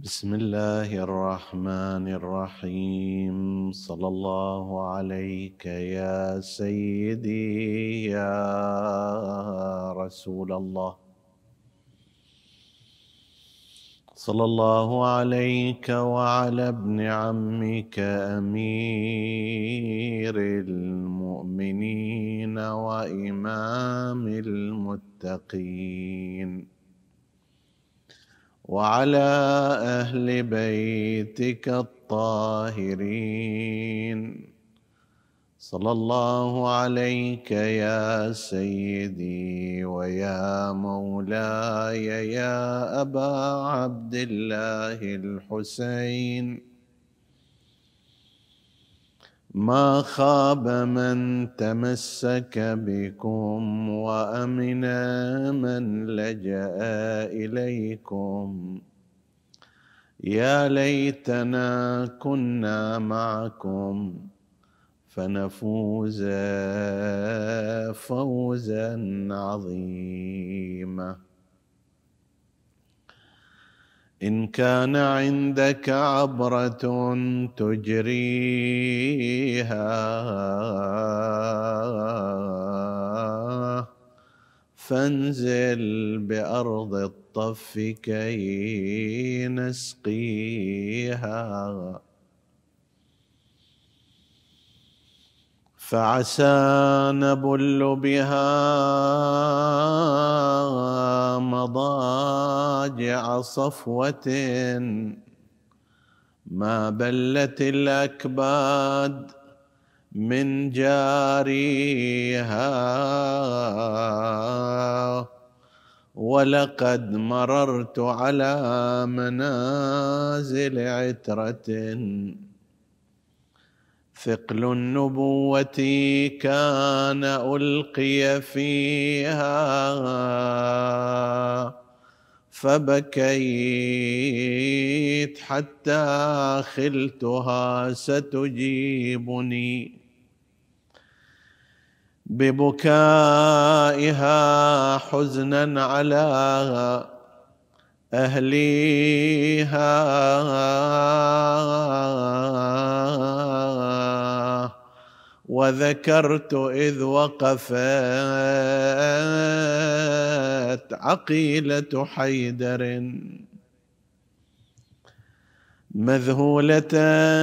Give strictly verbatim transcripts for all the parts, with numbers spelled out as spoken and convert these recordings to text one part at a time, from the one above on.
بسم الله الرحمن الرحيم. صلى الله عليك يا سيدي يا رسول الله. صلى الله عليك وعلى ابن عمك أمير المؤمنين وإمام المتقين، وعلى أهل بيتك الطاهرين. صلى الله عليك يا سيدي ويا مولاي يا أبا عبد الله الحسين. ما خاب من تمسك بكم وأمن من لجأ إليكم. يا ليتنا كنا معكم فنفوز فوزا عظيما. إن كان عندك عبرة تجريها فانزل بأرض الطف كي نسقيها، فعسى نبل بها مضاجع صفوة ما بلت الأكباد من جاريها. ولقد مررت على منازل عترة ثقل النبوة كان ألقي فيها، فبكيت حتى خلتها ستجيبني ببكائها حزنا على أهليها. وذكرت إذ وقفت عقيلة حيدر مذهولة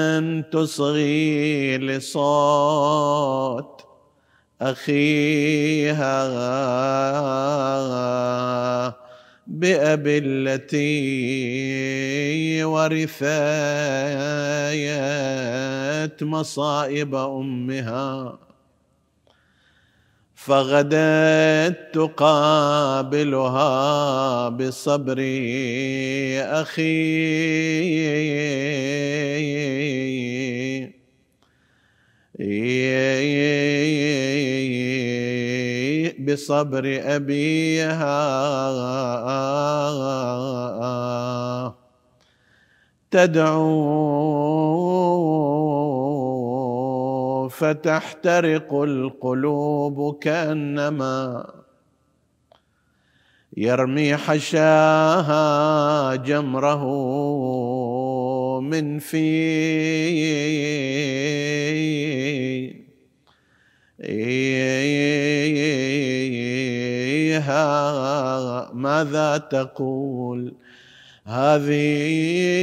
تصغي لصوت أخيها بأبي التي ورثت مصائب أمها، فغدت تقابلها بصبر أخي بصبر أبيها. تدعو فتحترق القلوب كأنما يرمي حشاها جمره من فيه. ماذا تقول هذه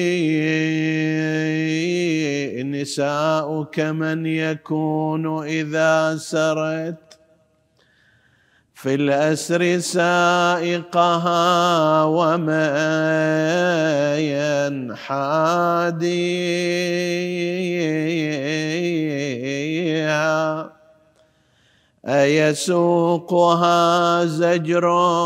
نساء كمن يكون إذا سرت في الأسر سائقها وما ينحاديها، أيسوقها زجر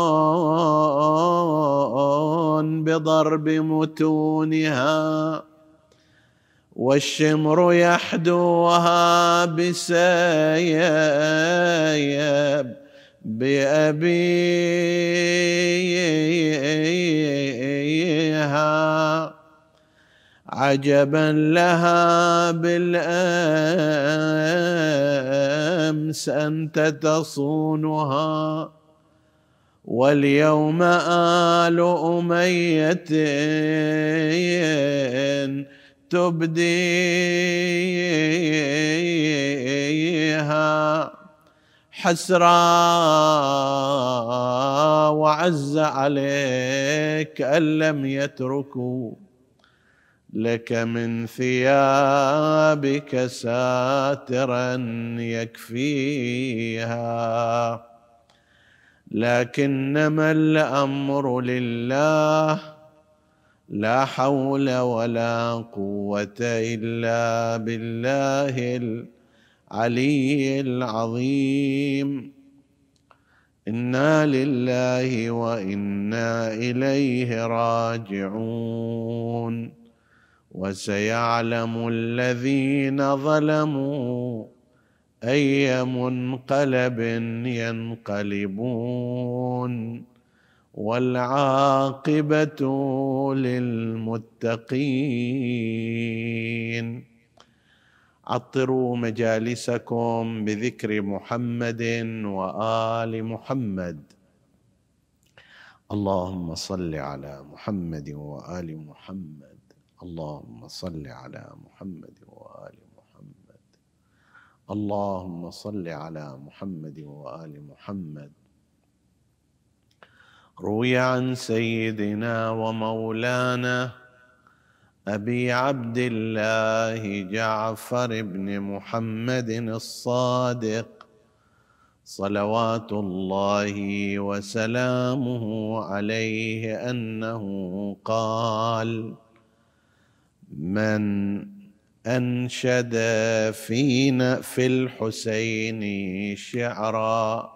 بضرب متونها والشمر يحدوها بسيب بأبيها. عجبا لها بالأمس أنت تصونها واليوم آل أمية تبديها حسرا، وعز عليك أن لم يتركوا لك من ثيابك ساترا يكفيها. لكنما الأمر لله، لا حول ولا قوة إلا بالله العلي العظيم. إنا لله وإنا إليه راجعون. وسيعلم الذين ظلموا أي منقلب ينقلبون، والعاقبة للمتقين. عطروا مجالسكم بذكر محمد وآل محمد. اللهم صل على محمد وآل محمد. اللهم صل على محمد وآل محمد. اللهم صل على محمد وآل محمد. روي عن سيدنا ومولانا أبي عبد الله جعفر بن محمد الصادق صلوات الله وسلامه عليه أنه قال: من أنشد فينا في الحسين شعرا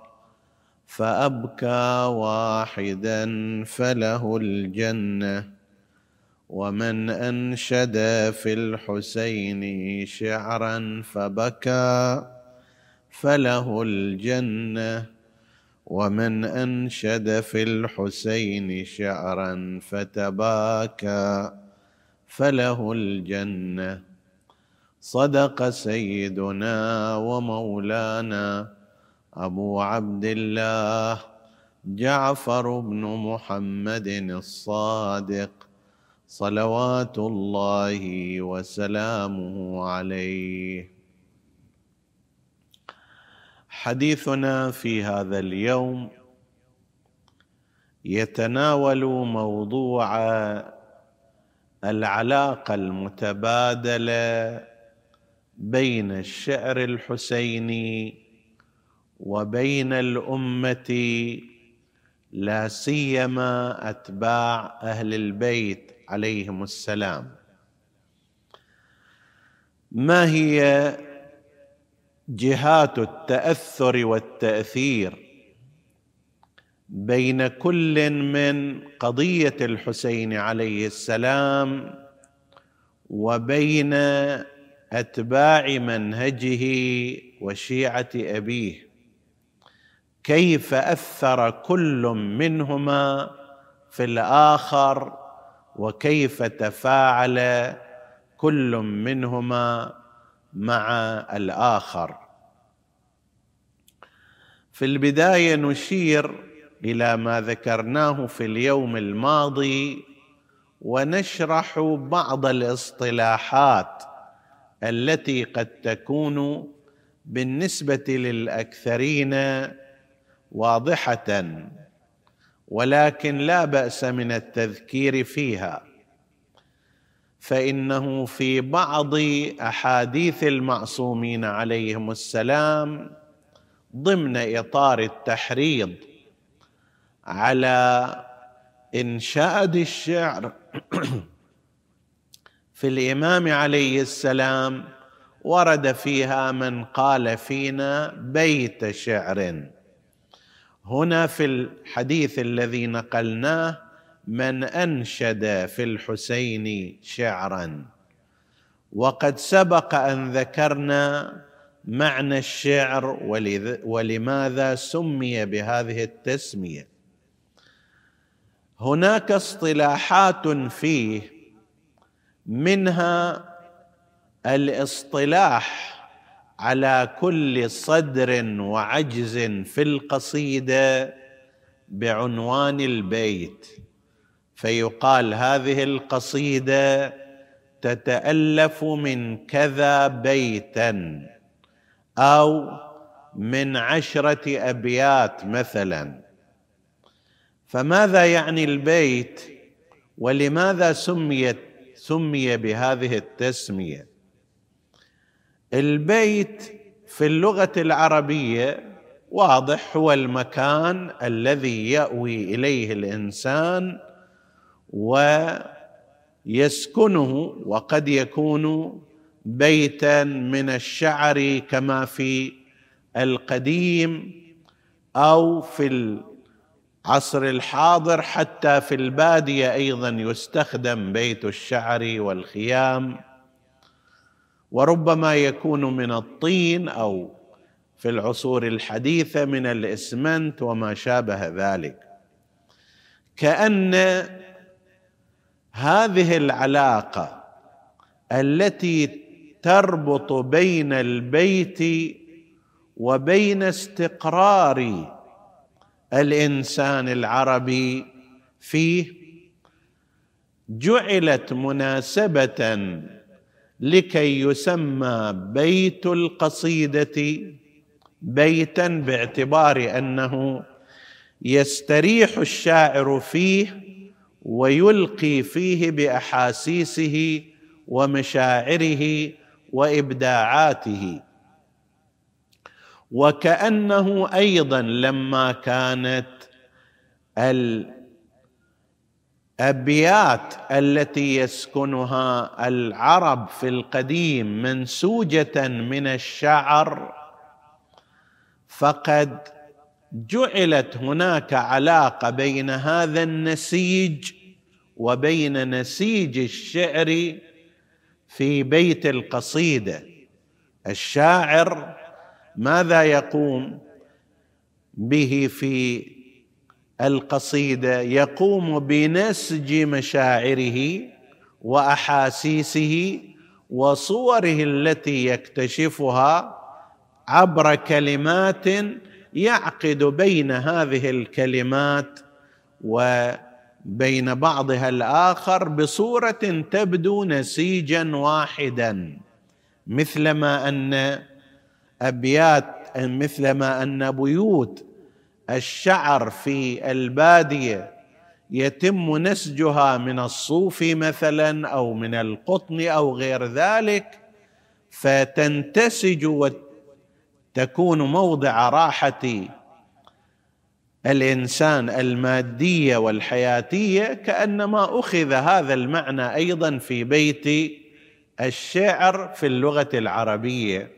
فأبكى واحدا فله الجنة، ومن أنشد في الحسين شعرا فبكى فله الجنة، ومن أنشد في الحسين شعرا فتباكى فله الجنة. صدق سيدنا ومولانا أبو عبد الله جعفر بن محمد الصادق صلوات الله وسلامه عليه. حديثنا في هذا اليوم يتناول موضوع العلاقة المتبادلة بين الشعر الحسيني وبين الأمة، لا سيما أتباع أهل البيت عليهم السلام. ما هي جهات التأثر والتأثير بين كل من قضية الحسين عليه السلام وبين أتباع منهجه وشيعة أبيه؟ كيف أثر كل منهما في الآخر، وكيف تفاعل كل منهما مع الآخر؟ في البداية نشير إلى ما ذكرناه في اليوم الماضي، ونشرح بعض الاصطلاحات التي قد تكون بالنسبة للأكثرين واضحة، ولكن لا بأس من التذكير فيها. فإنه في بعض أحاديث المعصومين عليهم السلام ضمن إطار التحريض على إنشاد الشعر في الإمام عليه السلام ورد فيها من قال فينا بيت شعر. هنا في الحديث الذي نقلناه من أنشد في الحسين شعرا، وقد سبق أن ذكرنا معنى الشعر ولماذا سمي بهذه التسمية. هناك اصطلاحات فيه، منها الاصطلاح على كل صدر وعجز في القصيدة بعنوان البيت، فيقال هذه القصيدة تتألف من كذا بيتا أو من عشرة أبيات مثلا. فماذا يعني البيت؟ ولماذا سميت سمي بهذه التسمية؟ البيت في اللغة العربية واضح هو المكان الذي يأوي إليه الإنسان ويسكنه، وقد يكون بيتا من الشعر كما في القديم، أو في العصر الحاضر حتى في البادية أيضا يستخدم بيت الشعر والخيام، وربما يكون من الطين أو في العصور الحديثة من الإسمنت وما شابه ذلك. كأن هذه العلاقة التي تربط بين البيت وبين استقرار الإنسان العربي فيه جعلت مناسبة لكي يسمى بيت القصيدة بيتا، باعتبار أنه يستريح الشاعر فيه ويلقي فيه بأحاسيسه ومشاعره وإبداعاته. وكأنه أيضا لما كانت الأبيات التي يسكنها العرب في القديم منسوجة من الشعر، فقد جعلت هناك علاقة بين هذا النسيج وبين نسيج الشعر في بيت القصيدة. الشاعر ماذا يقوم به في القصيدة؟ يقوم بنسج مشاعره وأحاسيسه وصوره التي يكتشفها عبر كلمات يعقد بين هذه الكلمات وبين بعضها الآخر بصورة تبدو نسيجا واحدا، مثلما أن أبيات مثلما أن بيوت الشعر في البادية يتم نسجها من الصوف مثلا أو من القطن أو غير ذلك، فتنتسج وتكون موضع راحة الإنسان المادية والحياتية. كأنما أخذ هذا المعنى أيضا في بيت الشعر في اللغة العربية.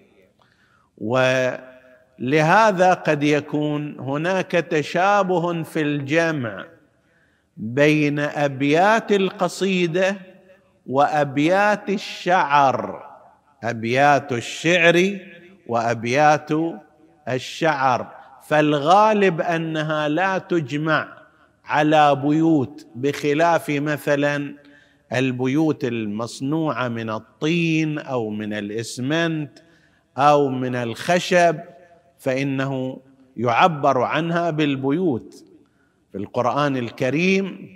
ولهذا قد يكون هناك تشابه في الجمع بين أبيات القصيدة وأبيات الشعر، أبيات الشعر وأبيات الشعر، فالغالب أنها لا تجمع على بيوت، بخلاف مثلا البيوت المصنوعة من الطين أو من الإسمنت أو من الخشب، فإنه يعبر عنها بالبيوت. في القرآن الكريم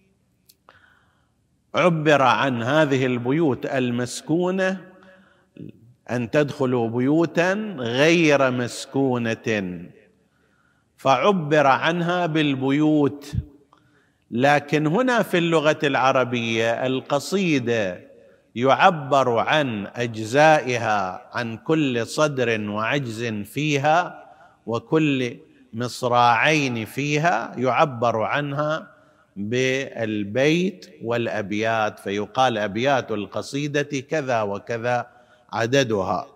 عبر عن هذه البيوت المسكونة أن تدخلوا بيوتا غير مسكونة، فعبر عنها بالبيوت. لكن هنا في اللغة العربية القصيدة يعبر عن أجزائها، عن كل صدر وعجز فيها وكل مصراعين فيها يعبر عنها بالبيت والأبيات، فيقال أبيات القصيدة كذا وكذا عددها،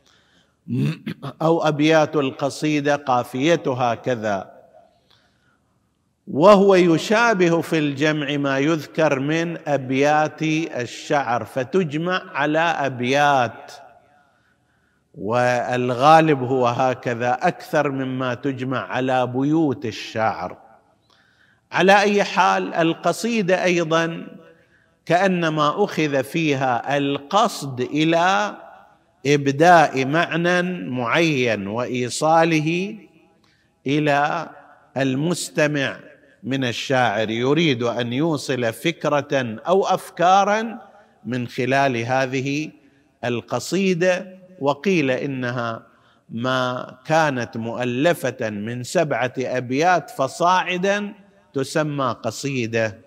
أو أبيات القصيدة قافيتها كذا. وهو يشابه في الجمع ما يذكر من أبيات الشعر، فتجمع على أبيات، والغالب هو هكذا أكثر مما تجمع على بيوت الشعر. على أي حال، القصيدة أيضا كأنما أخذ فيها القصد إلى إبداء معنى معين وإيصاله إلى المستمع من الشاعر يريد أن يوصل فكرة أو أفكارا من خلال هذه القصيدة. وقيل إنها ما كانت مؤلفة من سبعة أبيات فصاعدا تسمى قصيدة.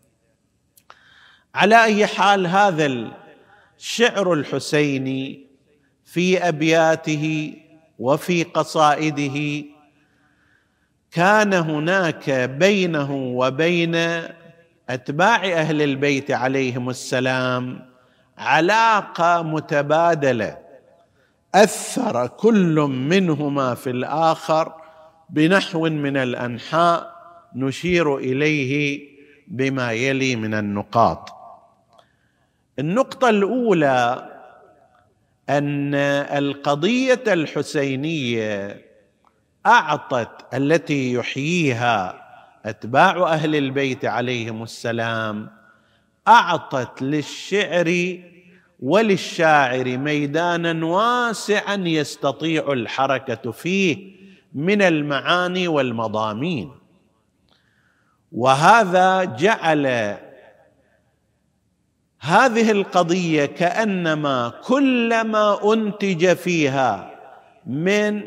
على أي حال، هذا الشعر الحسيني في أبياته وفي قصائده كان هناك بينه وبين أتباع أهل البيت عليهم السلام علاقة متبادلة، أثر كل منهما في الآخر بنحو من الأنحاء نشير إليه بما يلي من النقاط. النقطة الأولى أن القضية الحسينية أعطت التي يحييها أتباع أهل البيت عليهم السلام، أعطت للشعر وللشاعر ميدانا واسعا يستطيع الحركة فيه من المعاني والمضامين، وهذا جعل هذه القضية كأنما كلما أنتج فيها من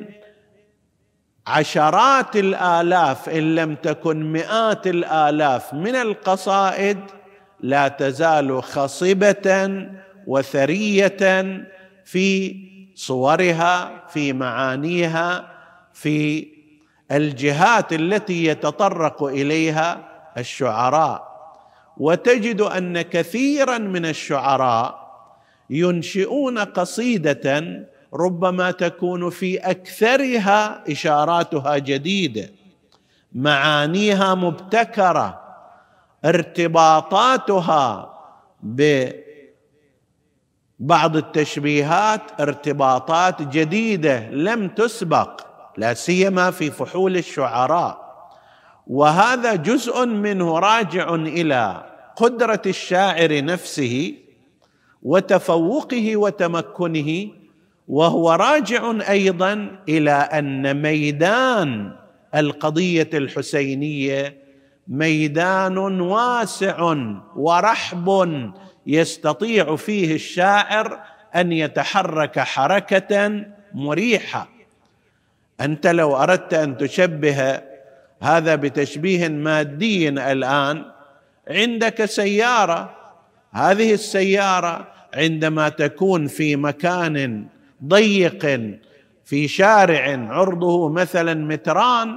عشرات الآلاف إن لم تكن مئات الآلاف من القصائد لا تزال خصبة وثرية في صورها، في معانيها، في الجهات التي يتطرق إليها الشعراء. وتجد أن كثيرا من الشعراء ينشئون قصيدة ربما تكون في أكثرها إشاراتها جديدة، معانيها مبتكرة، ارتباطاتها ببعض التشبيهات ارتباطات جديدة لم تسبق، لا سيما في فحول الشعراء. وهذا جزء منه راجع إلى قدرة الشاعر نفسه وتفوقه وتمكنه، وهو راجع أيضا إلى أن ميدان القضية الحسينية ميدان واسع ورحب يستطيع فيه الشاعر أن يتحرك حركة مريحة. أنت لو أردت أن تشبه هذا بتشبيه مادي الآن، عندك سيارة، هذه السيارة عندما تكون في مكان ضيق في شارع عرضه مثلا متران،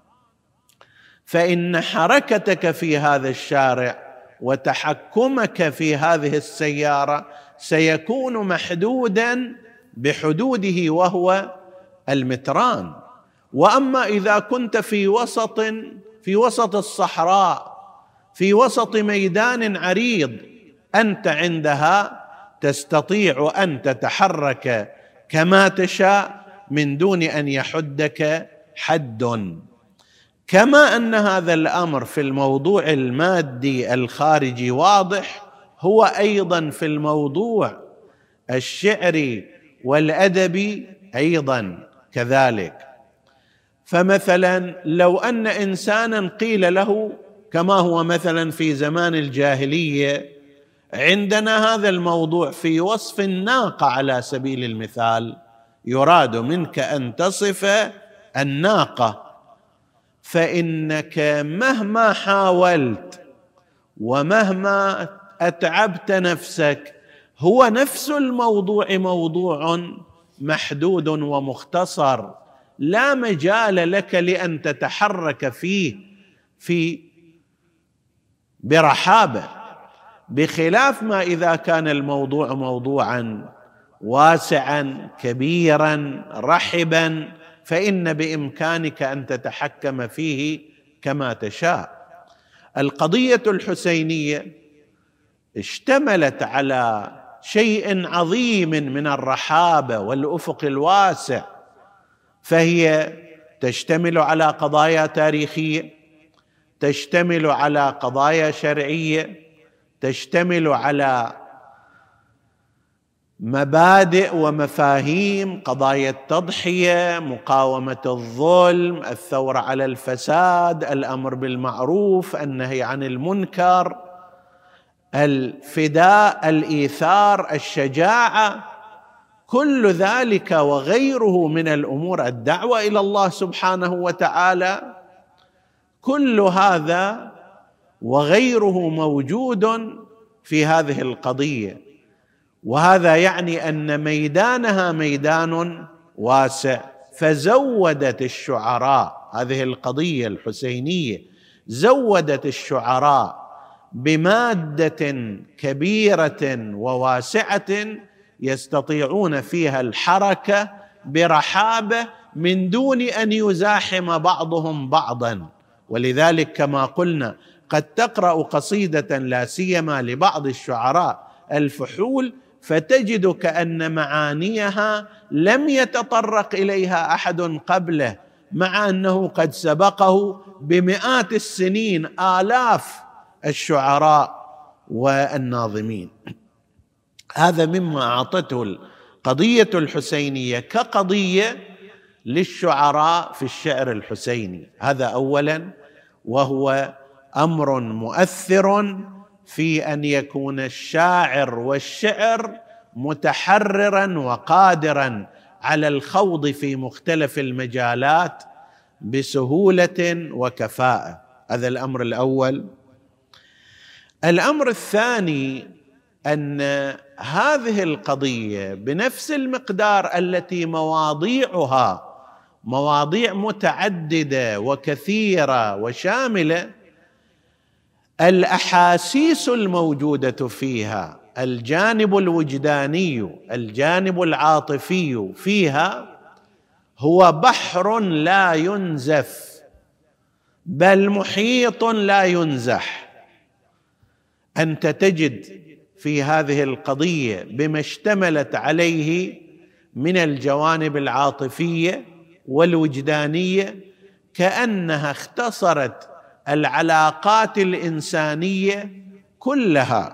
فإن حركتك في هذا الشارع وتحكمك في هذه السيارة سيكون محدودا بحدوده وهو المتران. وأما إذا كنت في وسط في وسط الصحراء، في وسط ميدان عريض، أنت عندها تستطيع أن تتحرك كما تشاء من دون أن يحدك حد. كما أن هذا الأمر في الموضوع المادي الخارجي واضح، هو أيضا في الموضوع الشعري والأدبي أيضا كذلك. فمثلا لو أن إنسانا قيل له، كما هو مثلا في زمان الجاهلية، عندنا هذا الموضوع في وصف الناقة على سبيل المثال، يراد منك أن تصف الناقة، فإنك مهما حاولت ومهما أتعبت نفسك هو نفس الموضوع موضوع محدود ومختصر، لا مجال لك لأن تتحرك فيه في برحابة، بخلاف ما إذا كان الموضوع موضوعا واسعا كبيرا رحبا، فإن بإمكانك أن تتحكم فيه كما تشاء. القضية الحسينية اشتملت على شيء عظيم من الرحابة والأفق الواسع، فهي تشتمل على قضايا تاريخية، تشتمل على قضايا شرعية، تشتمل على مبادئ ومفاهيم قضايا التضحية، مقاومة الظلم، الثورة على الفساد، الأمر بالمعروف، النهي عن المنكر، الفداء، الإيثار، الشجاعة، كل ذلك وغيره من الأمور، الدعوة إلى الله سبحانه وتعالى، كل هذا وغيره موجود في هذه القضية. وهذا يعني أن ميدانها ميدان واسع. فزودت الشعراء هذه القضية الحسينية، زودت الشعراء بمادة كبيرة وواسعة يستطيعون فيها الحركة برحابة من دون أن يزاحم بعضهم بعضا. ولذلك كما قلنا قد تقرأ قصيدة لا سيما لبعض الشعراء الفحول فتجد كأن معانيها لم يتطرق إليها أحد قبله، مع أنه قد سبقه بمئات السنين آلاف الشعراء والناظمين. هذا مما أعطته القضية الحسينية كقضية للشعراء في الشعر الحسيني. هذا أولا، وهو أمر مؤثر في أن يكون الشاعر والشعر متحررا وقادرا على الخوض في مختلف المجالات بسهولة وكفاءة. هذا الأمر الأول. الأمر الثاني أن هذه القضية بنفس المقدار التي مواضيعها مواضيع متعددة وكثيرة وشاملة، الأحاسيس الموجودة فيها، الجانب الوجداني، الجانب العاطفي فيها، هو بحر لا ينزف، بل محيط لا ينزح. أنت تجد في هذه القضية بما اشتملت عليه من الجوانب العاطفية والوجدانية كأنها اختصرت العلاقات الإنسانية كلها،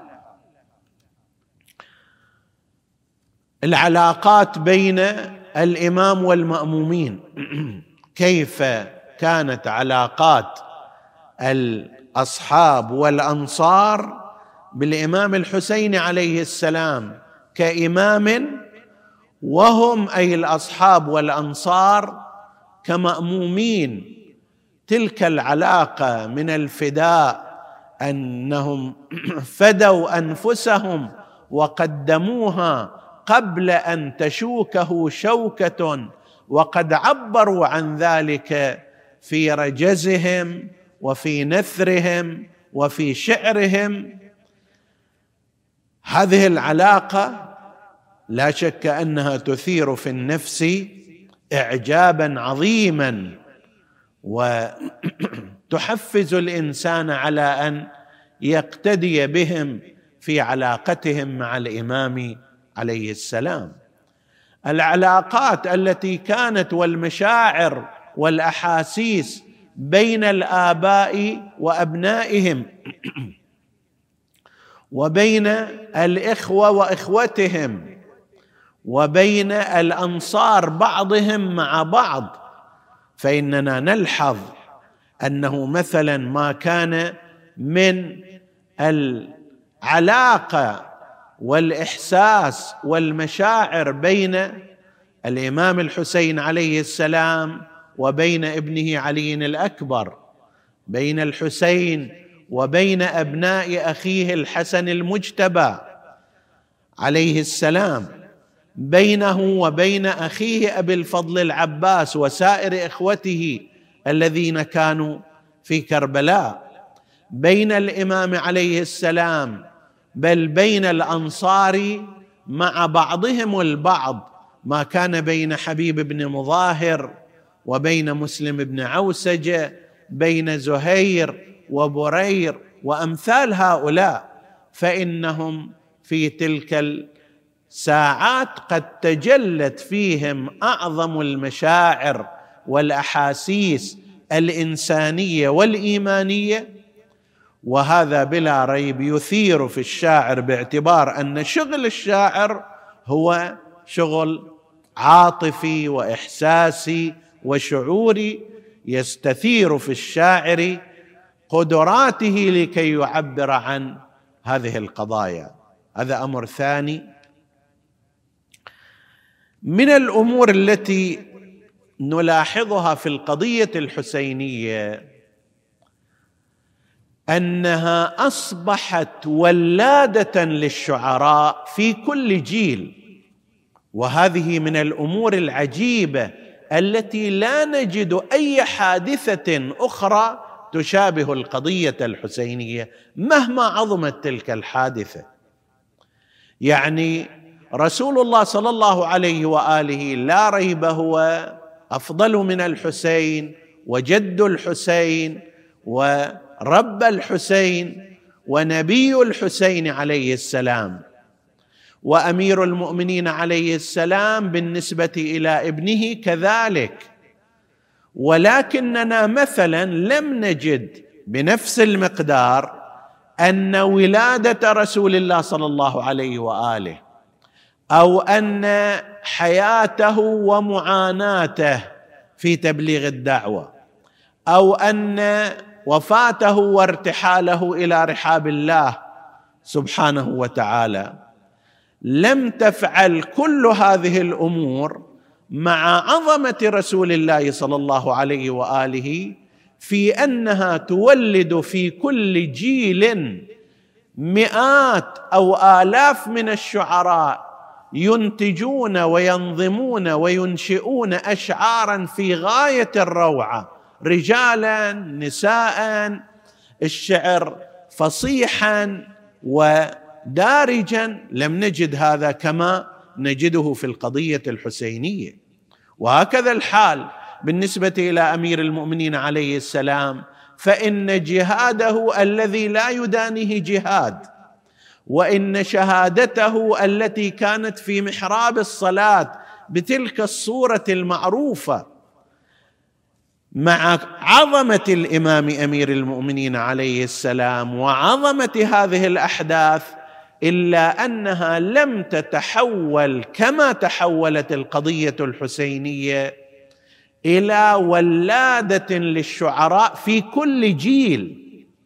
العلاقات بين الإمام والمأمومين، كيف كانت علاقات الأصحاب والأنصار بالإمام الحسين عليه السلام كإمام، وهم أي الأصحاب والأنصار كمأمومين. تلك العلاقة من الفداء، أنهم فدوا أنفسهم وقدموها قبل أن تشوكه شوكة، وقد عبروا عن ذلك في رجزهم وفي نثرهم وفي شعرهم. هذه العلاقة لا شك أنها تثير في النفس إعجابا عظيما، وتحفز الإنسان على أن يقتدي بهم في علاقتهم مع الإمام عليه السلام. العلاقات التي كانت والمشاعر والأحاسيس بين الآباء وأبنائهم، وبين الإخوة وإخوتهم، وبين الأنصار بعضهم مع بعض، فإننا نلحظ أنه مثلا ما كان من العلاقة والإحساس والمشاعر بين الإمام الحسين عليه السلام وبين ابنه علي الأكبر، بين الحسين وبين أبناء أخيه الحسن المجتبى عليه السلام، بينه وبين أخيه أبي الفضل العباس وسائر إخوته الذين كانوا في كربلاء، بين الإمام عليه السلام، بل بين الأنصار مع بعضهم البعض، ما كان بين حبيب بن مظاهر وبين مسلم بن عوسجة، بين زهير وبرير وأمثال هؤلاء. فإنهم في تلك الساعات قد تجلت فيهم أعظم المشاعر والأحاسيس الإنسانية والإيمانية. وهذا بلا ريب يثير في الشاعر، باعتبار أن شغل الشاعر هو شغل عاطفي وإحساسي وشعوري يستثير في الشاعر قدراته لكي يعبر عن هذه القضايا. هذا أمر ثاني. من الأمور التي نلاحظها في القضية الحسينية أنها أصبحت ولادة للشعراء في كل جيل، وهذه من الأمور العجيبة التي لا نجد أي حادثة أخرى تشابه القضية الحسينية مهما عظمت تلك الحادثة. يعني رسول الله صلى الله عليه وآله لا ريب هو أفضل من الحسين وجد الحسين ورب الحسين ونبي الحسين عليه السلام، وأمير المؤمنين عليه السلام بالنسبة إلى ابنه كذلك. ولكننا مثلا لم نجد بنفس المقدار أن ولادة رسول الله صلى الله عليه وآله أو أن حياته ومعاناته في تبليغ الدعوة أو أن وفاته وارتحاله إلى رحاب الله سبحانه وتعالى لم تفعل كل هذه الأمور مع عظمة رسول الله صلى الله عليه وآله في أنها تولد في كل جيل مئات أو آلاف من الشعراء ينتجون وينظمون وينشئون أشعارا في غاية الروعة، رجالا نساء، الشعر فصيحا ودارجا. لم نجد هذا كما نجده في القضية الحسينية. وهكذا الحال بالنسبة إلى أمير المؤمنين عليه السلام، فإن جهاده الذي لا يدانيه جهاد، وإن شهادته التي كانت في محراب الصلاة بتلك الصورة المعروفة مع عظمة الإمام أمير المؤمنين عليه السلام وعظمة هذه الأحداث، إلا أنها لم تتحول كما تحولت القضية الحسينية إلى ولادة للشعراء في كل جيل.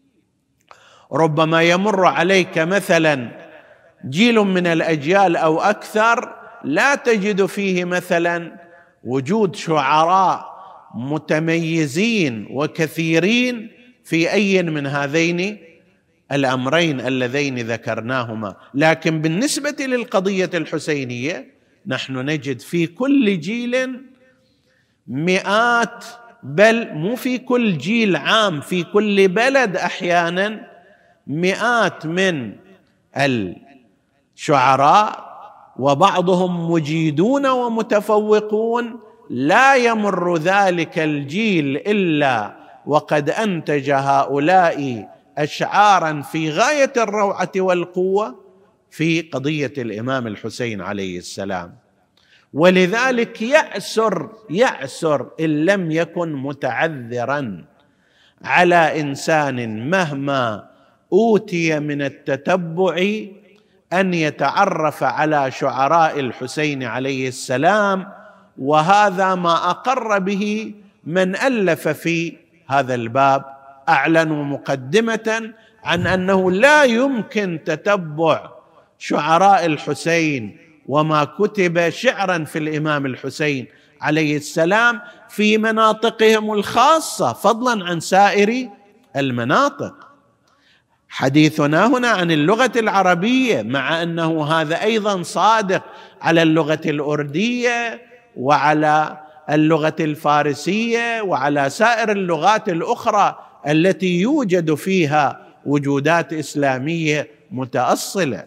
ربما يمر عليك مثلا جيل من الأجيال أو أكثر لا تجد فيه مثلا وجود شعراء متميزين وكثيرين في أي من هذين الأمرين اللذين ذكرناهما. لكن بالنسبة للقضية الحسينية نحن نجد في كل جيل مئات، بل مو في كل جيل عام، في كل بلد أحيانا مئات من الشعراء، وبعضهم مجيدون ومتفوقون، لا يمر ذلك الجيل إلا وقد أنتج هؤلاء أشعارا في غاية الروعة والقوة في قضية الإمام الحسين عليه السلام. ولذلك يعسر يعسر إن لم يكن متعذرا على إنسان مهما أوتي من التتبع أن يتعرف على شعراء الحسين عليه السلام، وهذا ما أقر به من ألف في هذا الباب. أعلنوا مقدمة عن أنه لا يمكن تتبع شعراء الحسين وما كتب شعرا في الإمام الحسين عليه السلام في مناطقهم الخاصة فضلا عن سائر المناطق. حديثنا هنا عن اللغة العربية، مع أنه هذا أيضا صادق على اللغة الأردية وعلى اللغة الفارسية وعلى سائر اللغات الأخرى التي يوجد فيها وجودات إسلامية متأصلة.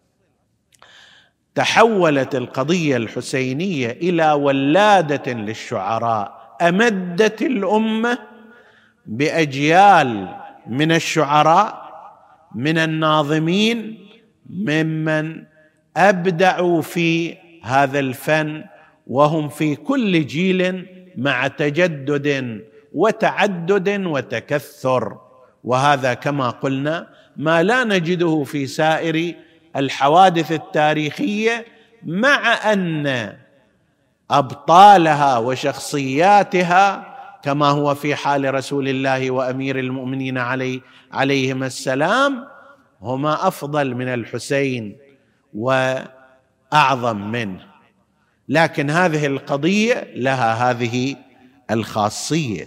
تحولت القضية الحسينية إلى ولادة للشعراء، أمدت الأمة بأجيال من الشعراء، من الناظمين، ممن أبدعوا في هذا الفن، وهم في كل جيل مع تجدد وتعدد وتكثر. وهذا كما قلنا ما لا نجده في سائر الحوادث التاريخية مع أن أبطالها وشخصياتها كما هو في حال رسول الله وأمير المؤمنين عليه عليهما السلام هما أفضل من الحسين وأعظم منه، لكن هذه القضية لها هذه الخاصية.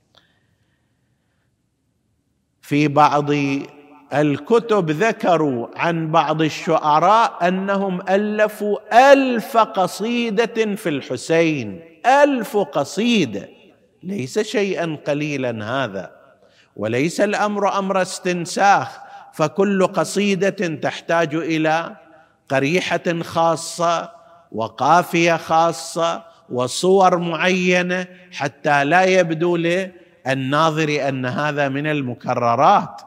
في بعض الكتب ذكروا عن بعض الشعراء أنهم ألفوا ألف قصيدة في الحسين، ألف قصيدة، ليس شيئا قليلا هذا، وليس الأمر أمر استنساخ، فكل قصيدة تحتاج إلى قريحة خاصة وقافية خاصة وصور معينة حتى لا يبدو للناظر أن هذا من المكررات،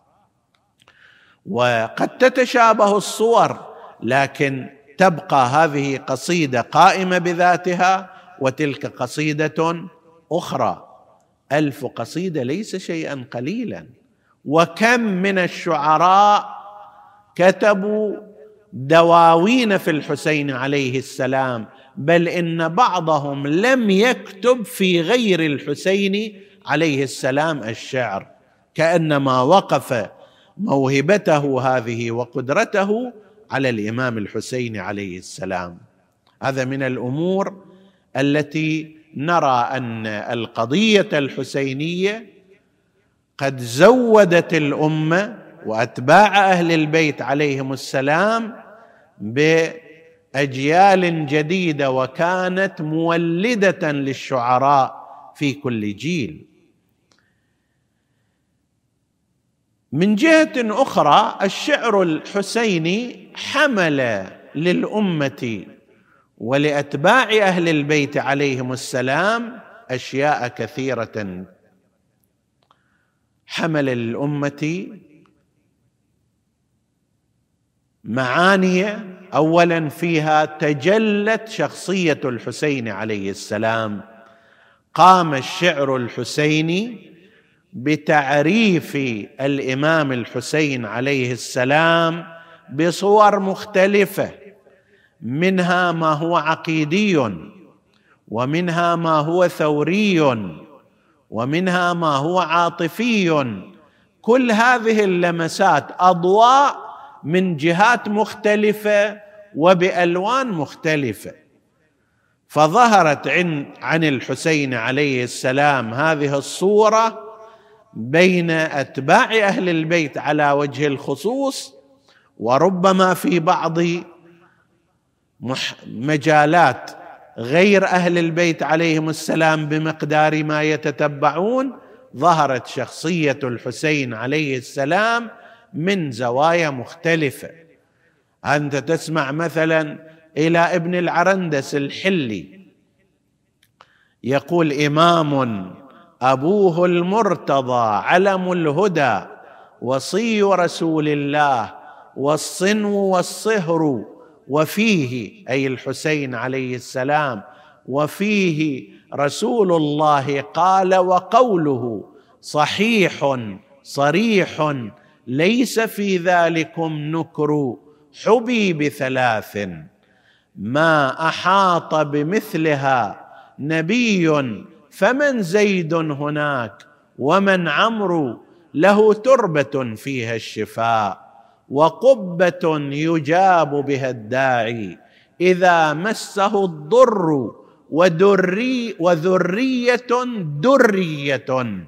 وقد تتشابه الصور، لكن تبقى هذه قصيدة قائمة بذاتها وتلك قصيدة أخرى. ألف قصيدة ليس شيئا قليلا. وكم من الشعراء كتبوا دواوين في الحسين عليه السلام، بل إن بعضهم لم يكتب في غير الحسين عليه السلام الشعر، كأنما وقف موهبته هذه وقدرته على الإمام الحسين عليه السلام. هذا من الأمور التي نرى أن القضية الحسينية قد زودت الأمة وأتباع أهل البيت عليهم السلام بأجيال جديدة، وكانت مولدة للشعراء في كل جيل. من جهة أخرى الشعر الحسيني حمل للأمة ولأتباع أهل البيت عليهم السلام أشياء كثيرة، حمل للأمة معاني أولا فيها تجلت شخصية الحسين عليه السلام. قام الشعر الحسيني بتعريف الإمام الحسين عليه السلام بصور مختلفة، منها ما هو عقيدي، ومنها ما هو ثوري، ومنها ما هو عاطفي. كل هذه اللمسات أضواء من جهات مختلفة وبألوان مختلفة، فظهرت عن عن الحسين عليه السلام هذه الصورة بين أتباع أهل البيت على وجه الخصوص، وربما في بعض مجالات غير أهل البيت عليهم السلام بمقدار ما يتتبعون، ظهرت شخصية الحسين عليه السلام من زوايا مختلفة. أنت تسمع مثلا إلى ابن العرندس الحلي يقول: إمام أبوه المرتضى علم الهدى وصي رسول الله والصنو والصهر، وفيه أي الحسين عليه السلام وفيه رسول الله قال وقوله صحيح صريح ليس في ذلكم نكر، حبي بثلاث ما أحاط بمثلها نبي، فمن زيد هناك ومن عمرو، له تربة فيها الشفاء وقبة يجاب بها الداعي إذا مسه الضر، ودري وذرية درية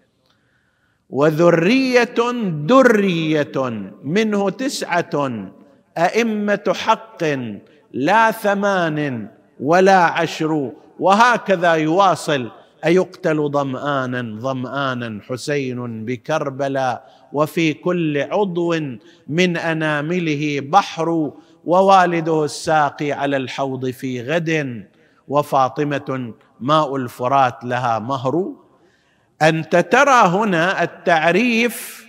وذرية درية منه تسعة أئمة حق لا ثمان ولا عشر. وهكذا يواصل: أيقتل ظمآنا ظمآنا حسين بكربلاء، وفي كل عضو من أنامله بحر، ووالده الساقي على الحوض في غد، وفاطمة ماء الفرات لها مهر. أنت ترى هنا التعريف،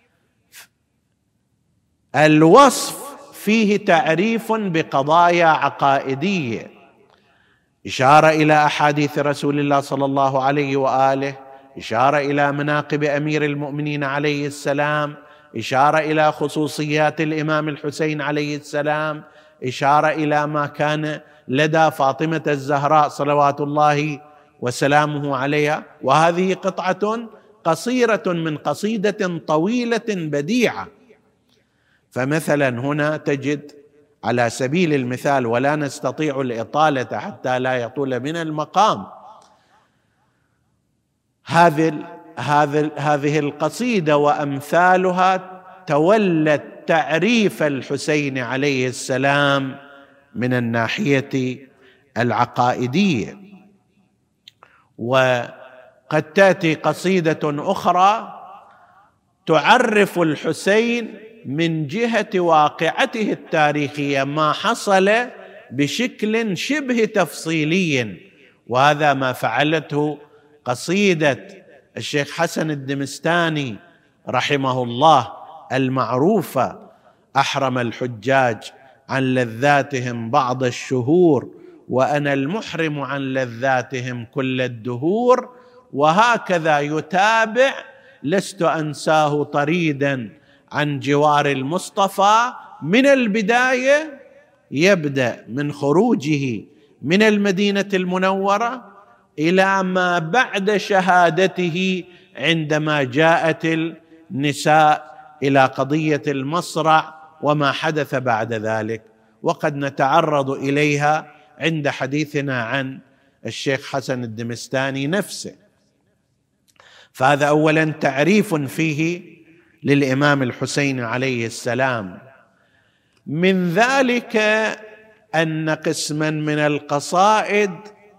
الوصف فيه تعريف بقضايا عقائدية، إشارة إلى أحاديث رسول الله صلى الله عليه وآله، إشارة إلى مناقب أمير المؤمنين عليه السلام، إشارة إلى خصوصيات الإمام الحسين عليه السلام، إشارة إلى ما كان لدى فاطمة الزهراء صلوات الله وسلامه عليها. وهذه قطعة قصيرة من قصيدة طويلة بديعة. فمثلا هنا تجد على سبيل المثال، ولا نستطيع الإطالة حتى لا يطول من المقام، هذه هذه هذه القصيدة وأمثالها تولت تعريف الحسين عليه السلام من الناحية العقائدية. وقد تأتي قصيدة أخرى تعرف الحسين من جهة واقعته التاريخية، ما حصل بشكل شبه تفصيلي، وهذا ما فعلته قصيدة الشيخ حسن الدمستاني رحمه الله المعروفة: أحرم الحجاج عن لذاتهم بعض الشهور وأنا المحرم عن لذاتهم كل الدهور. وهكذا يتابع: لست أنساه طريدا عن جوار المصطفى. من البداية يبدأ من خروجه من المدينة المنورة إلى ما بعد شهادته عندما جاءت النساء إلى قضية المصرع وما حدث بعد ذلك، وقد نتعرض إليها عند حديثنا عن الشيخ حسن الدمستاني نفسه. فهذا أولا تعريف فيه للإمام الحسين عليه السلام. من ذلك أن قسما من القصائد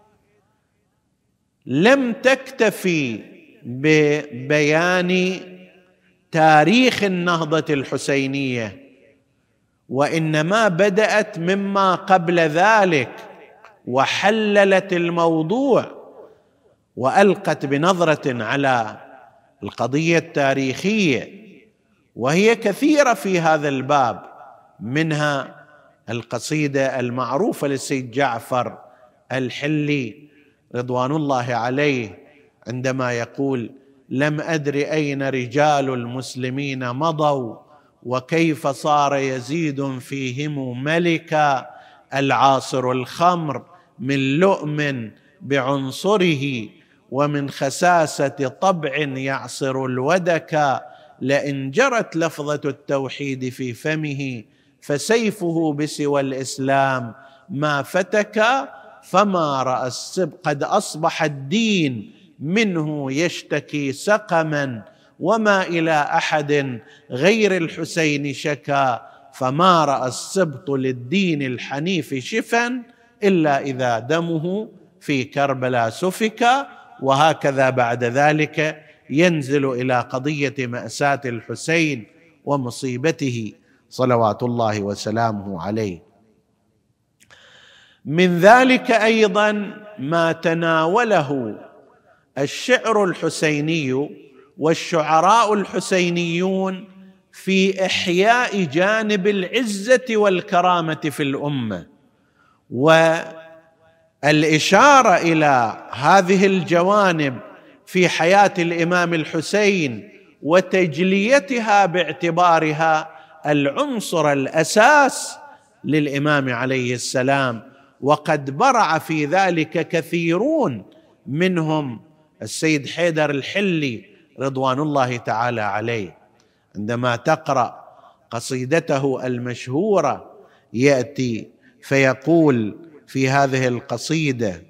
لم تكتفي ببيان تاريخ النهضة الحسينية، وإنما بدأت مما قبل ذلك وحللت الموضوع وألقت بنظرة على القضية التاريخية، وهي كثيرة في هذا الباب. منها القصيدة المعروفة للسيد جعفر الحلي رضوان الله عليه عندما يقول: لم أدر أين رجال المسلمين مضوا وكيف صار يزيد فيهم ملكا، العاصر الخمر من لؤم بعنصره ومن خساسة طبع يعصر الودكا، لئن جرت لفظة التوحيد في فمه فسيفه بسوى الإسلام ما فتكا، فما رأى السب قد أصبح الدين منه يشتكي سقما، وما إلى أحد غير الحسين شكا، فما رأى السبط للدين الحنيف شفا إلا إذا دمه في كربلاء سفكا. وهكذا بعد ذلك ينزل إلى قضية مأساة الحسين ومصيبته صلوات الله وسلامه عليه. من ذلك أيضا ما تناوله الشعر الحسيني والشعراء الحسينيون في إحياء جانب العزة والكرامة في الأمة، والإشارة إلى هذه الجوانب في حياة الإمام الحسين وتجليتها باعتبارها العنصر الأساس للإمام عليه السلام. وقد برع في ذلك كثيرون، منهم السيد حيدر الحلي رضوان الله تعالى عليه. عندما تقرأ قصيدته المشهورة يأتي فيقول في هذه القصيدة: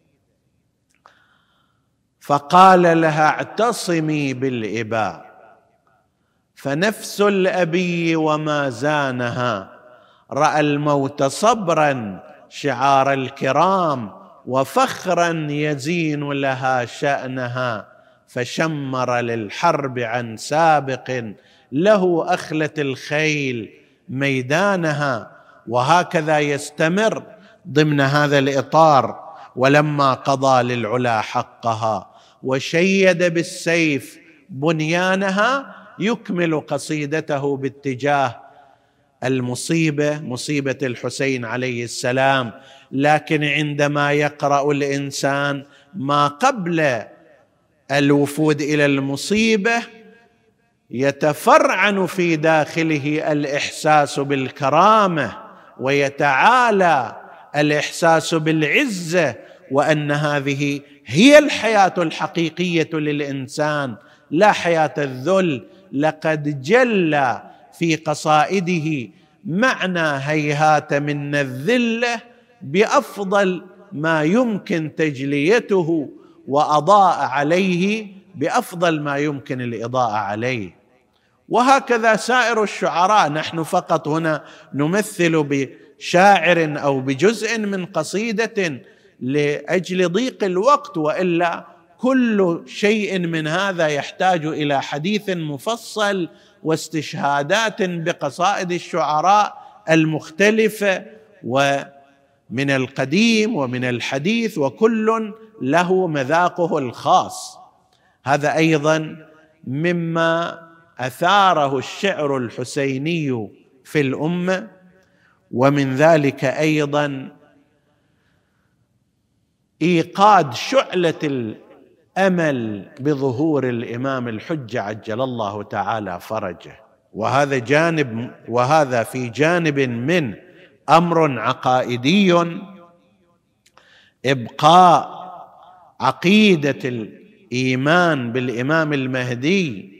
فقال لها اعتصمي بالإباء فنفس الأبي وما زانها، رأى الموت صبرا شعار الكرام وفخرا يزين لها شأنها، فشمر للحرب عن سابق له أخلت الخيل ميدانها. وهكذا يستمر ضمن هذا الإطار: ولما قضى للعلا حقها وشيد بالسيف بنيانها، يكمل قصيدته باتجاه المصيبة، مصيبة الحسين عليه السلام. لكن عندما يقرأ الإنسان ما قبل الوفود إلى المصيبة يتفرعن في داخله الإحساس بالكرامة ويتعالى الإحساس بالعزة، وأن هذه هي الحياة الحقيقية للإنسان لا حياة الذل. لقد جل في قصائده معنى هيهات منا الذلة بأفضل ما يمكن تجليته، وأضاء عليه بأفضل ما يمكن الإضاءة عليه. وهكذا سائر الشعراء، نحن فقط هنا نمثل بشاعر أو بجزء من قصيدة لأجل ضيق الوقت، وإلا كل شيء من هذا يحتاج إلى حديث مفصل واستشهادات بقصائد الشعراء المختلفة، ومن القديم ومن الحديث، وكل له مذاقه الخاص. هذا أيضا مما أثاره الشعر الحسيني في الأمة. ومن ذلك أيضا إيقاد شعلة الأمل بظهور الإمام الحجة عجل الله تعالى فرجه. وهذا جانب، وهذا في جانب من أمر عقائدي، إبقاء عقيدة الإيمان بالإمام المهدي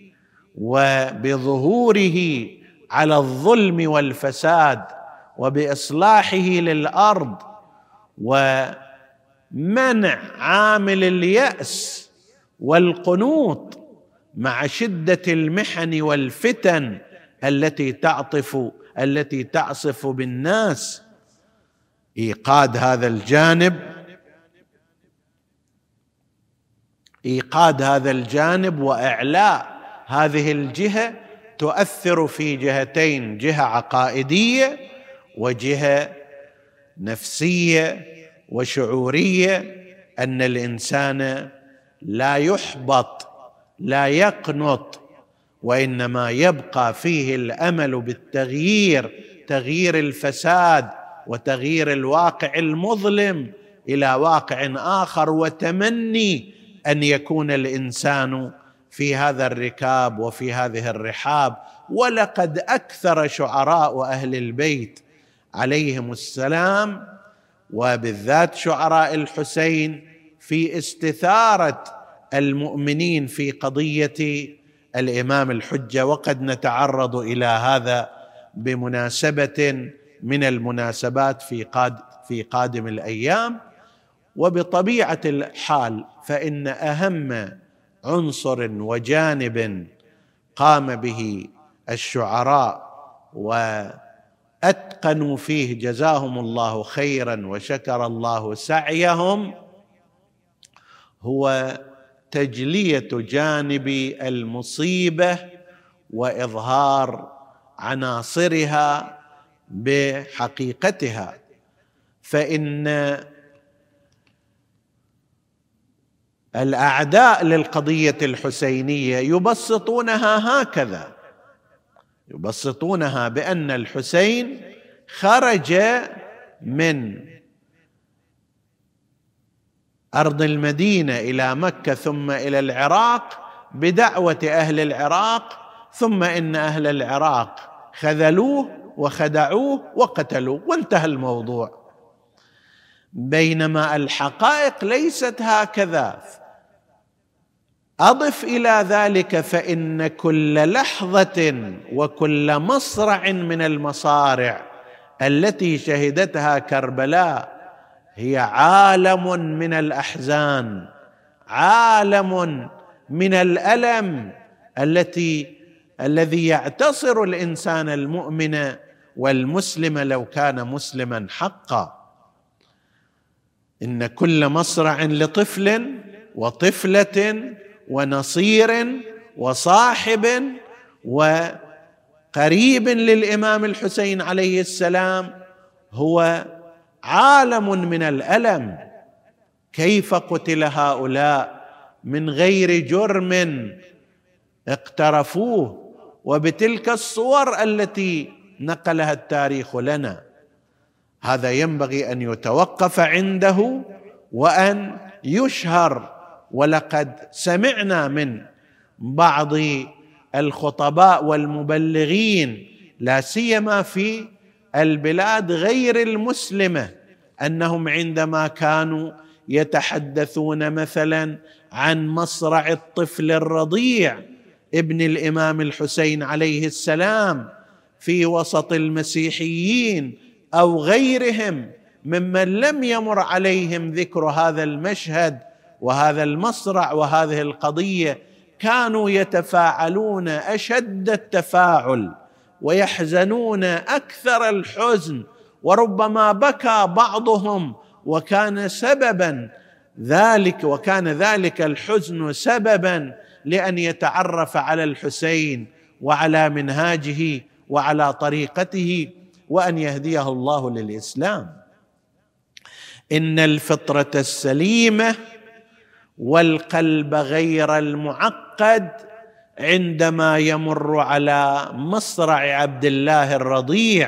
وبظهوره على الظلم والفساد وبإصلاحه للأرض، ومنع عامل اليأس والقنوط مع شدة المحن والفتن التي تعطف التي تعصف بالناس. إيقاد هذا الجانب إيقاد هذا الجانب وإعلاء هذه الجهة تؤثر في جهتين: جهة عقائدية وجهة نفسية وشعورية، أن الإنسان لا يحبط لا يقنط، وإنما يبقى فيه الأمل بالتغيير، تغيير الفساد وتغيير الواقع المظلم إلى واقع آخر، وتمني أن يكون الإنسان في هذا الركاب وفي هذه الرحاب. ولقد أكثر شعراء أهل البيت عليهم السلام، وبالذات شعراء الحسين، في استثارة المؤمنين في قضية الإمام الحجة. وقد نتعرض إلى هذا بمناسبة من المناسبات في قاد في قادم الأيام. وبطبيعة الحال فإن أهم عنصر وجانب قام به الشعراء وأتقنوا فيه جزاهم الله خيرا وشكر الله سعيهم هو تجلية جانب المصيبة وإظهار عناصرها بحقيقتها. فإن الأعداء للقضية الحسينية يبسطونها هكذا، يبسطونها بأن الحسين خرج من أرض المدينة إلى مكة ثم إلى العراق بدعوة أهل العراق، ثم إن أهل العراق خذلوه وخدعوه وقتلوه وانتهى الموضوع. بينما الحقائق ليست هكذا. أضف إلى ذلك فإن كل لحظة وكل مصرع من المصارع التي شهدتها كربلاء هي عالم من الأحزان، عالم من الألم التي الذي يعتصر الإنسان المؤمن والمسلم لو كان مسلما حقا. إن كل مصرع لطفل وطفلة ونصير وصاحب وقريب للإمام الحسين عليه السلام هو عالم من الألم. كيف قتل هؤلاء من غير جرم اقترفوه وبتلك الصور التي نقلها التاريخ لنا؟ هذا ينبغي أن يتوقف عنده وأن يشهر. ولقد سمعنا من بعض الخطباء والمبلغين لا سيما في البلاد غير المسلمة أنهم عندما كانوا يتحدثون مثلا عن مصرع الطفل الرضيع ابن الإمام الحسين عليه السلام في وسط المسيحيين أو غيرهم ممن لم يمر عليهم ذكر هذا المشهد وهذا المصرع وهذه القضية، كانوا يتفاعلون أشد التفاعل ويحزنون أكثر الحزن، وربما بكى بعضهم، وكان سببا ذلك وكان ذلك الحزن سببا لأن يتعرف على الحسين وعلى منهاجه وعلى طريقته وأن يهديه الله للإسلام. إن الفطرة السليمة والقلب غير المعقد عندما يمر على مصرع عبد الله الرضيع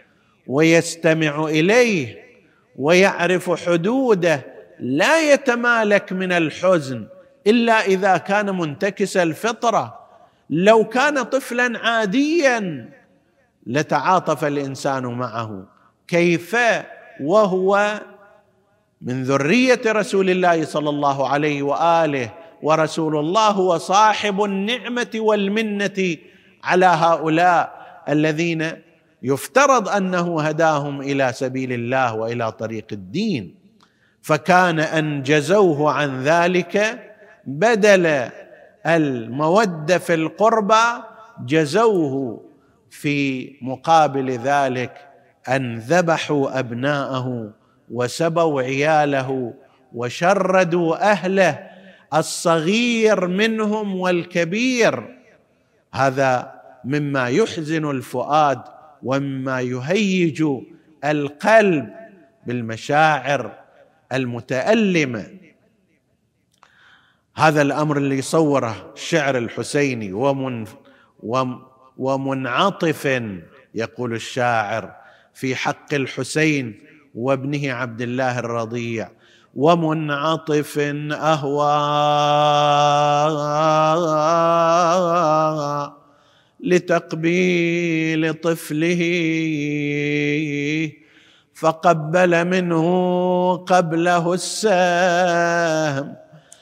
ويستمع إليه ويعرف حدوده لا يتمالك من الحزن إلا إذا كان منتكس الفطرة. لو كان طفلا عاديا لتعاطف الإنسان معه، كيف وهو من ذرية رسول الله صلى الله عليه وآله، ورسول الله هو صاحب النعمة والمنة على هؤلاء الذين يفترض أنه هداهم إلى سبيل الله وإلى طريق الدين. فكان أن جزوه عن ذلك بدل المودة في القربى جزوه في مقابل ذلك أن ذبحوا أبناءه وسبوا عياله وشردوا أهله الصغير منهم والكبير. هذا مما يحزن الفؤاد ومما يهيج القلب بالمشاعر المتألمة. هذا الأمر اللي صوره الشعر الحسيني ومن ومنعطف، يقول الشاعر في حق الحسين وابنه عبد الله الرضيع: ومنعطف أهوى لتقبيل طفله فقبل منه قبله السهم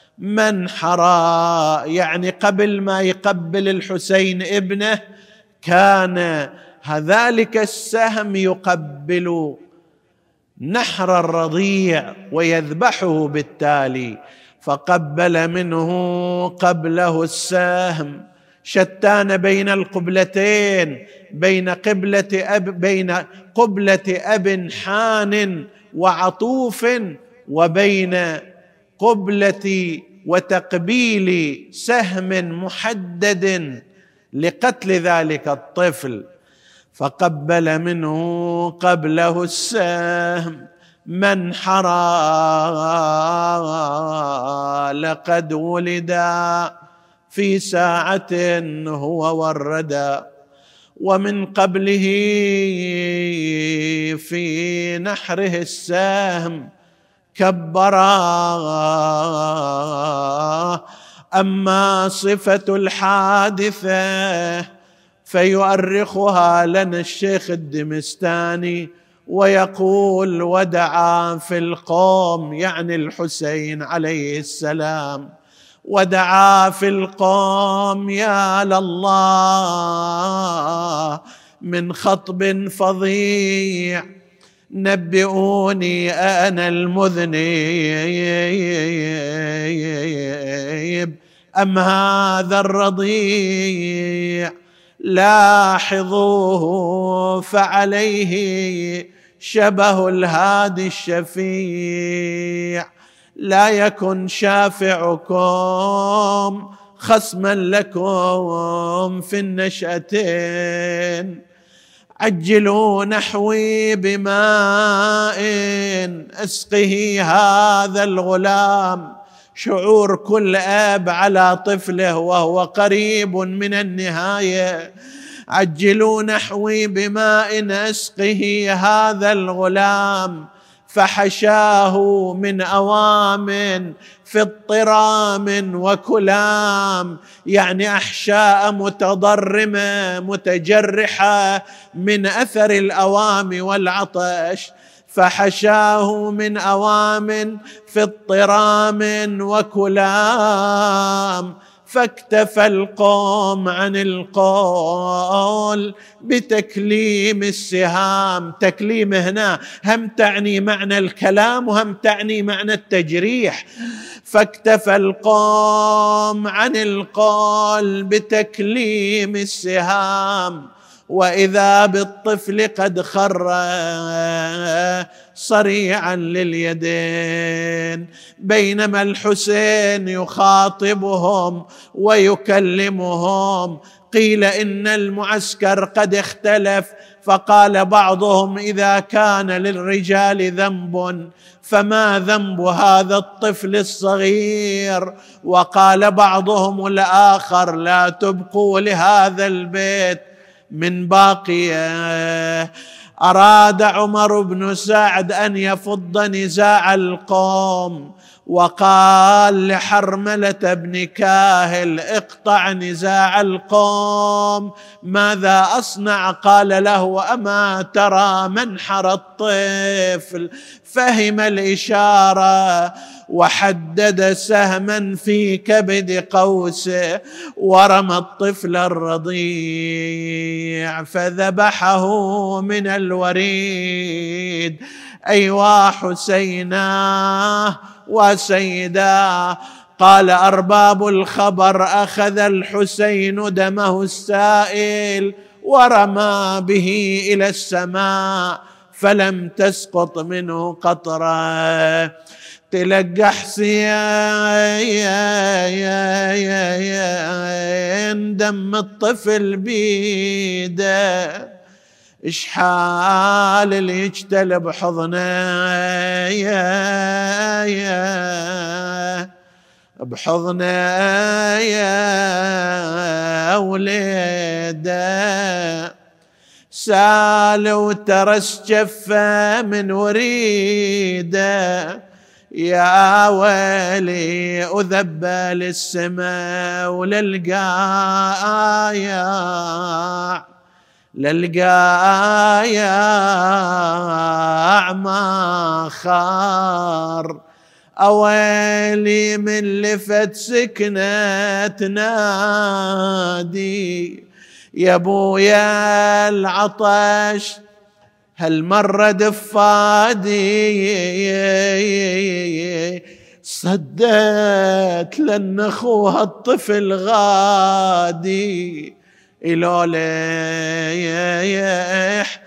منحرا. يعني قبل ما يقبل الحسين ابنه كان ذلك السهم يقبل نحر الرضيع ويذبحه بالتالي. فقبل منه قبله السهم، شتان بين القبلتين، بين قبلة أب بين قبلة أب حان وعطوف وبين قبلة وتقبيل سهم محدد لقتل ذلك الطفل. فقبل منه قبله السهم منحرا لقد ولدا في ساعة هو والردى، ومن قبله في نحره السهم كبرا. أما صفة الحادثة فيؤرخها لنا الشيخ الدمستاني ويقول: ودعا في القوم، يعني الحسين عليه السلام، ودعا في القوم يا لله من خطب فظيع نبئوني أنا المذنب أم هذا الرضيع، لاحظوه فعليه شبه الهادي الشفيع، لا يكن شافعكم خصما لكم في النشأتين. عجلوا نحوي بماء أسقه هذا الغلام. شعور كل أب على طفله وهو قريب من النهاية. عجلوا نحوي بماء أسقه هذا الغلام فحشاه من أوام في اضطرام وكلام، يعني أحشاء متضرمة متجرحة من أثر الأوام والعطش، فحشاه من أوام في اضطرام وكلام، فاكتفى القوم عن القول بتكليم السهام. تكليم هنا هم تعني معنى الكلام وهم تعني معنى التجريح. فاكتفى القوم عن القول بتكليم السهام، وإذا بالطفل قد خر صريعا لليدين، بينما الحسين يخاطبهم ويكلمهم. قيل إن المعسكر قد اختلف، فقال بعضهم إذا كان للرجال ذنب فما ذنب هذا الطفل الصغير، وقال بعضهم الآخر لا تبقوا لهذا البيت من باقية. أراد عمر بن سعد أن يفض نزاع القوم، وقال لحرملة بن كاهل اقطع نزاع القوم، ماذا أصنع؟ قال له أما ترى منحر الطفل؟ فهم الإشارة وحدد سهما في كبد قوسه ورمى الطفل الرضيع فذبحه من الوريد. أيوا حسيناه وسيداه. قال أرباب الخبر أخذ الحسين دمه السائل ورمى به إلى السماء فلم تسقط منه قطرة. تلقى حسين دم الطفل بيده، إشحال اللي يجتلب حضنه بحضنه يا وليده، سال وترس جفه من وريده. يا ويلي أذبل السماء وللقايا للقايا ما خار. أويلي من لفت سكنة تنادي يا بويا العطش هالمرة دفادي، صدت لأن أخوها الطفل غادي إلوليح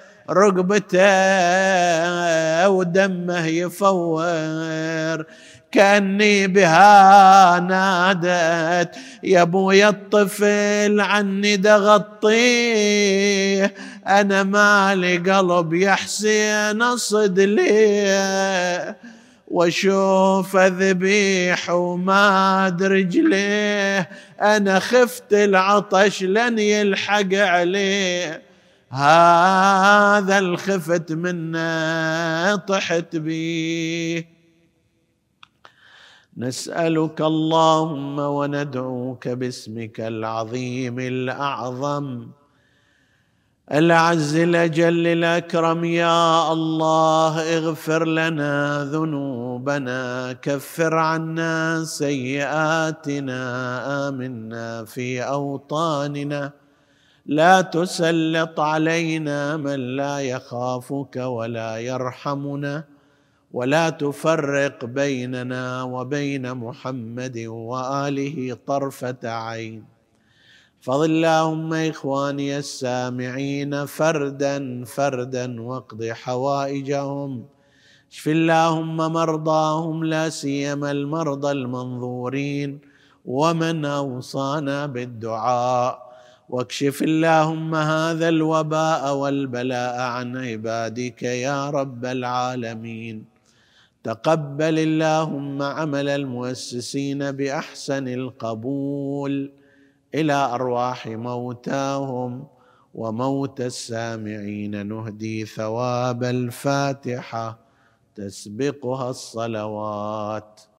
رقبته ودمه يفور. كأني بها نادت يا بويا الطفل عني دغطيه، أنا مالي قلب يا حسين أصد ليه، واشوف ذبيح وما ادري رجليه، أنا خفت العطش لن يلحق عليه، هذا الخفت منه طحت بيه. نسألك اللهم وندعوك باسمك العظيم الأعظم الأعز الأجل الأكرم، يا الله اغفر لنا ذنوبنا، كفر عنا سيئاتنا، آمنا في أوطاننا، لا تسلط علينا من لا يخافك ولا يرحمنا، ولا تفرق بيننا وبين محمد وآله طرفة عين. فضل اللهم إخواني السامعين فردا فردا واقض حوائجهم، اشف اللهم مرضاهم لا سيما المرضى المنظورين ومن أوصانا بالدعاء، واكشف اللهم هذا الوباء والبلاء عن عبادك يا رب العالمين. تقبل اللهم عمل المؤسسين بأحسن القبول إلى أرواح موتاهم وموتى السامعين، نهدي ثواب الفاتحة تسبقها الصلوات.